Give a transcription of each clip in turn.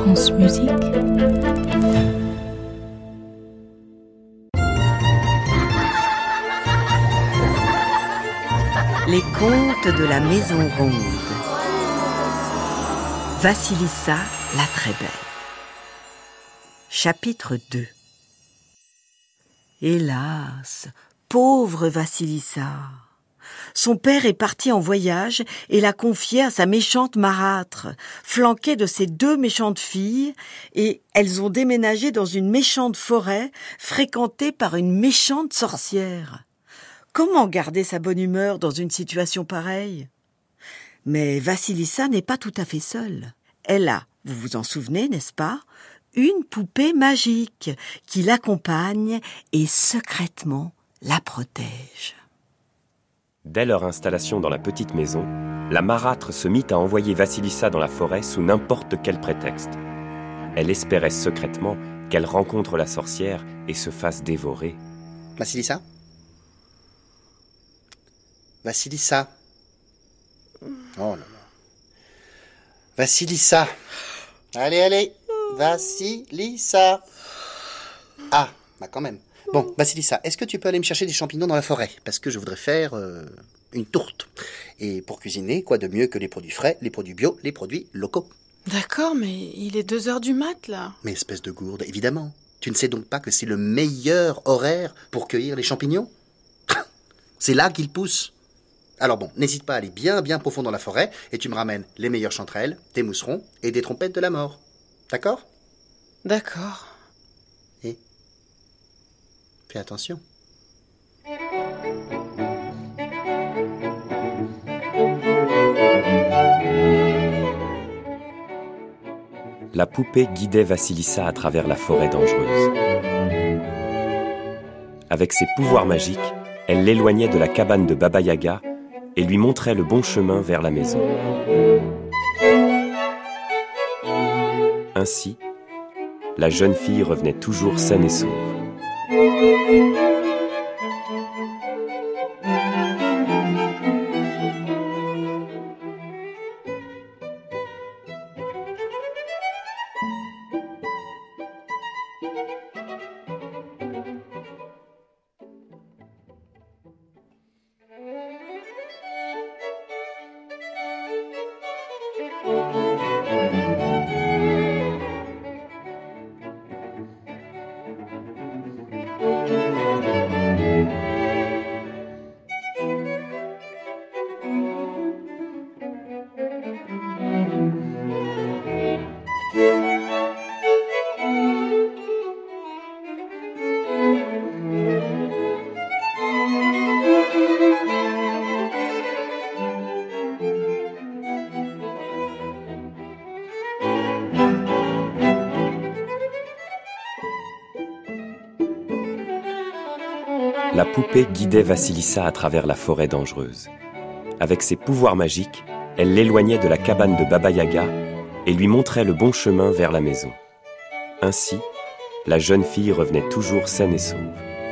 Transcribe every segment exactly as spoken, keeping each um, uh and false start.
France Musique. Les contes de la Maison Ronde. Vassilissa la très belle. Chapitre deux. Hélas, pauvre Vassilissa. Son père est parti en voyage et l'a confiée à sa méchante marâtre, flanquée de ses deux méchantes filles, et elles ont déménagé dans une méchante forêt fréquentée par une méchante sorcière. Comment garder sa bonne humeur dans une situation pareille ? Mais Vassilissa n'est pas tout à fait seule. Elle a, vous vous en souvenez, n'est-ce pas, une poupée magique qui l'accompagne et secrètement la protège. Dès leur installation dans la petite maison, la marâtre se mit à envoyer Vassilissa dans la forêt sous n'importe quel prétexte. Elle espérait secrètement qu'elle rencontre la sorcière et se fasse dévorer. Vassilissa ? Vassilissa ? Oh non, non. Vassilissa ! Allez, allez ! Vassilissa ! Ah, bah quand même. Bon, Vassilissa, est-ce que tu peux aller me chercher des champignons dans la forêt ? Parce que je voudrais faire euh, une tourte. Et pour cuisiner, quoi de mieux que les produits frais, les produits bio, les produits locaux ? D'accord, mais il est deux heures du mat, là. Mais espèce de gourde, évidemment. Tu ne sais donc pas que c'est le meilleur horaire pour cueillir les champignons ? C'est là qu'ils poussent. Alors bon, n'hésite pas à aller bien, bien profond dans la forêt et tu me ramènes les meilleures chanterelles, des mousserons et des trompettes de la mort. D'accord ? D'accord. Et fais attention. La poupée guidait Vassilissa à travers la forêt dangereuse. Avec ses pouvoirs magiques, elle l'éloignait de la cabane de Baba Yaga et lui montrait le bon chemin vers la maison. Ainsi, la jeune fille revenait toujours saine et sauve. La poupée guidait Vassilissa à travers la forêt dangereuse. Avec ses pouvoirs magiques, elle l'éloignait de la cabane de Baba Yaga et lui montrait le bon chemin vers la maison. Ainsi, la jeune fille revenait toujours saine et sauve.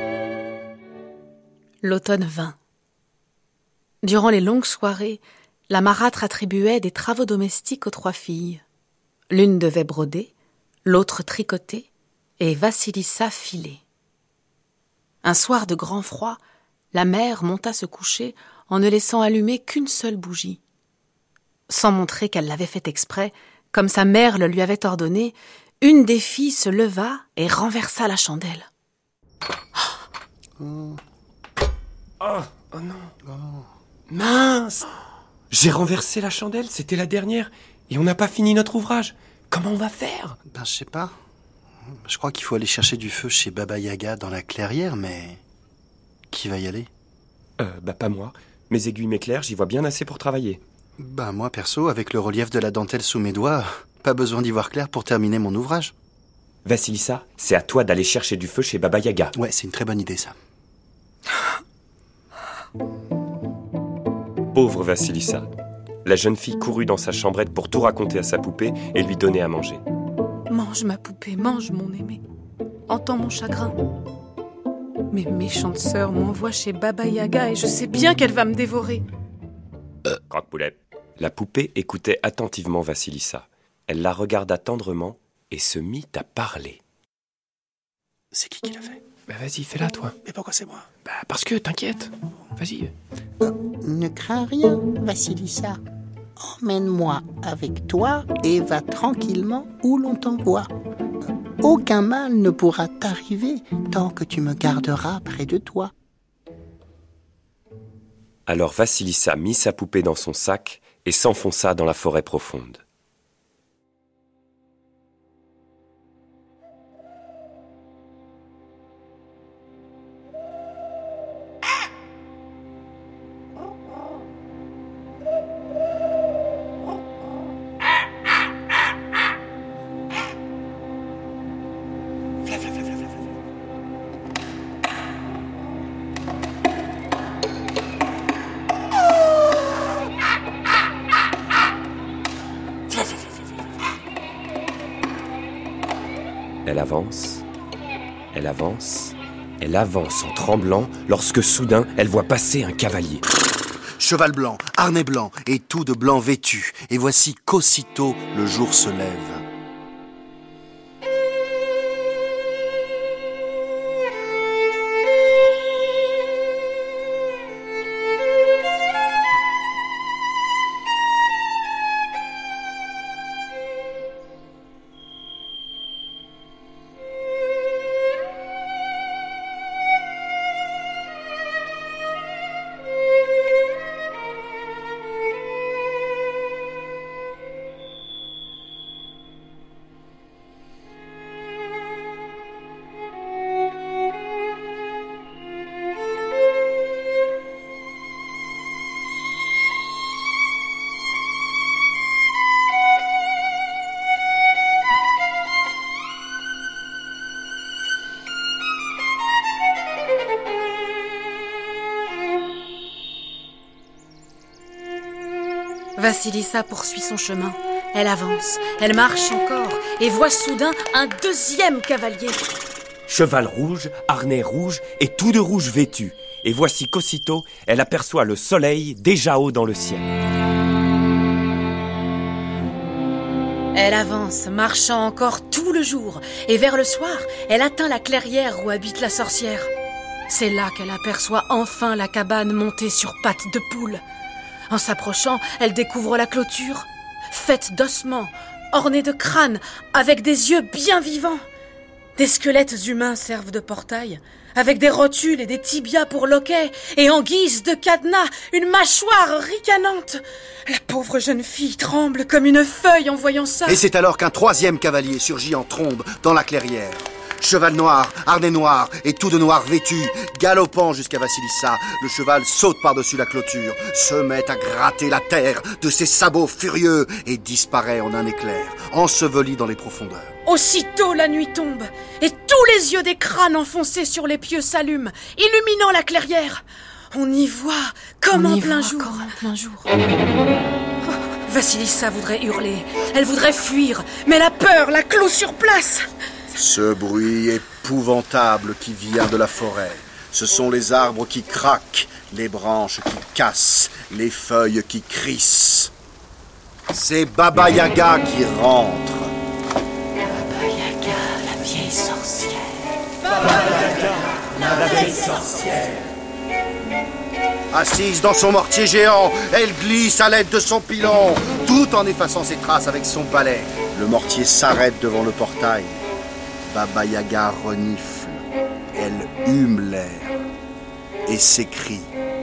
L'automne vint. Durant les longues soirées, la marâtre attribuait des travaux domestiques aux trois filles. L'une devait broder, l'autre tricoter et Vassilissa filer. Un soir de grand froid, la mère monta se coucher en ne laissant allumer qu'une seule bougie. Sans montrer qu'elle l'avait fait exprès, comme sa mère le lui avait ordonné, une des filles se leva et renversa la chandelle. Oh, oh, oh non. Oh. Mince. J'ai renversé la chandelle, c'était la dernière, et on n'a pas fini notre ouvrage. Comment on va faire ? Ben, je sais pas. Je crois qu'il faut aller chercher du feu chez Baba Yaga dans la clairière, mais qui va y aller ? Euh, bah pas moi. Mes aiguilles m'éclairent, j'y vois bien assez pour travailler. Bah moi, perso, avec le relief de la dentelle sous mes doigts, pas besoin d'y voir clair pour terminer mon ouvrage. Vassilissa, c'est à toi d'aller chercher du feu chez Baba Yaga. Ouais, c'est une très bonne idée, ça. Pauvre Vassilissa. La jeune fille courut dans sa chambrette pour tout raconter à sa poupée et lui donner à manger. Mange ma poupée, mange mon aimé. Entends mon chagrin. Mes méchantes sœurs m'envoient chez Baba Yaga et je sais bien qu'elle va me dévorer. Croque-poulet. La poupée écoutait attentivement Vassilissa. Elle la regarda tendrement et se mit à parler. C'est qui qui l'a fait? Bah vas-y, fais-la toi. Mais pourquoi c'est moi? Bah parce que, t'inquiète. Vas-y. Ne crains rien, Vassilissa. Emmène-moi avec toi et va tranquillement où l'on t'envoie. Aucun mal ne pourra t'arriver tant que tu me garderas près de toi. Alors Vassilissa mit sa poupée dans son sac et s'enfonça dans la forêt profonde. Elle avance, elle avance, elle avance en tremblant lorsque soudain elle voit passer un cavalier. Cheval blanc, harnais blanc et tout de blanc vêtu. Et voici qu'aussitôt le jour se lève. Vassilissa poursuit son chemin. Elle avance, elle marche encore et voit soudain un deuxième cavalier. Cheval rouge, harnais rouge et tout de rouge vêtu. Et voici qu'aussitôt, elle aperçoit le soleil déjà haut dans le ciel. Elle avance, marchant encore tout le jour. Et vers le soir, elle atteint la clairière où habite la sorcière. C'est là qu'elle aperçoit enfin la cabane montée sur pattes de poule. En s'approchant, elle découvre la clôture, faite d'ossements, ornée de crânes, avec des yeux bien vivants. Des squelettes humains servent de portail, avec des rotules et des tibias pour loquets, et en guise de cadenas, une mâchoire ricanante. La pauvre jeune fille tremble comme une feuille en voyant ça. Et c'est alors qu'un troisième cavalier surgit en trombe dans la clairière. Cheval noir, harnais noir et tout de noir vêtu, galopant jusqu'à Vassilissa, le cheval saute par-dessus la clôture, se met à gratter la terre de ses sabots furieux et disparaît en un éclair, enseveli dans les profondeurs. Aussitôt la nuit tombe, et tous les yeux des crânes enfoncés sur les pieux s'allument, illuminant la clairière. On y voit comme en plein jour. Comme en plein jour. Vassilissa voudrait hurler, elle voudrait fuir, mais la peur la cloue sur place. Ce bruit épouvantable qui vient de la forêt, ce sont les arbres qui craquent, les branches qui cassent, les feuilles qui crissent. C'est Baba Yaga qui rentre. Baba Yaga, la vieille sorcière. Baba Yaga, la vieille sorcière. Assise dans son mortier géant, elle glisse à l'aide de son pilon, tout en effaçant ses traces avec son balai. Le mortier s'arrête devant le portail. Baba Yaga renifle, elle hume l'air et s'écrie.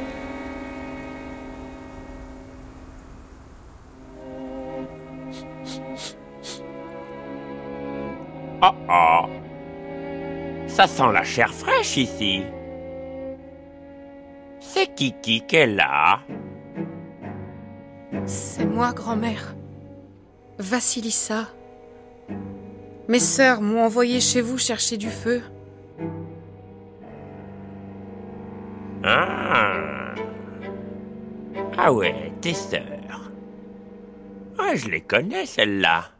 Oh oh, ça sent la chair fraîche ici. C'est Kiki qu'elle est là. C'est moi, grand-mère. Vassilissa. Mes sœurs m'ont envoyé chez vous chercher du feu. Ah, ah ouais, tes sœurs. Ah, je les connais, celles-là.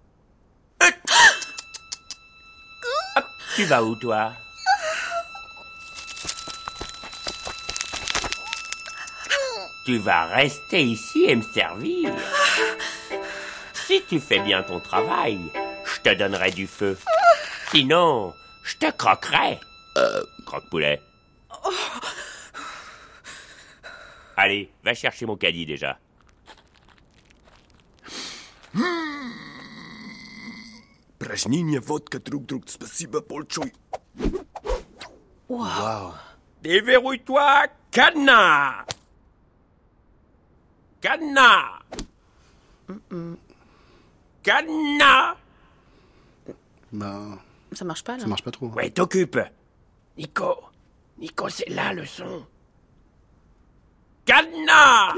Hop, tu vas où, toi? Tu vas rester ici et me servir. Si tu fais bien ton travail, je je te donnerai du feu. Sinon, je te croquerai. Euh... Croque-poulet. Oh. Allez, va chercher mon caddie déjà. Pražnjenje vodka drug drug, spasiba bolčoj. Wow. wow. Déverrouille-toi, cadenas. Cadenas. Mm-mm. Cadenas. Bah... Ça marche pas, là. Ça marche pas trop. Ouais, t'occupe. Nico, Nico, c'est là le son. Cadenas.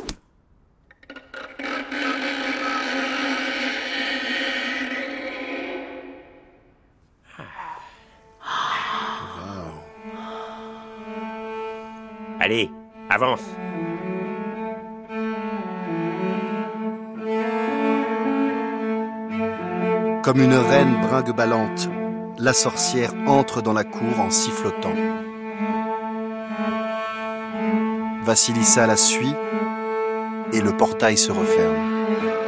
Allez, avance. Comme une reine bringue-ballante, la sorcière entre dans la cour en sifflotant. Vassilissa la suit et le portail se referme.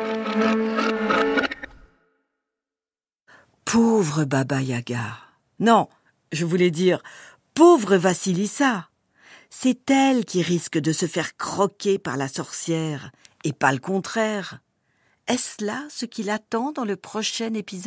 Pauvre Baba Yaga. Non, je voulais dire pauvre Vassilissa. C'est elle qui risque de se faire croquer par la sorcière, et pas le contraire. Est-ce là ce qui l'attend dans le prochain épisode ?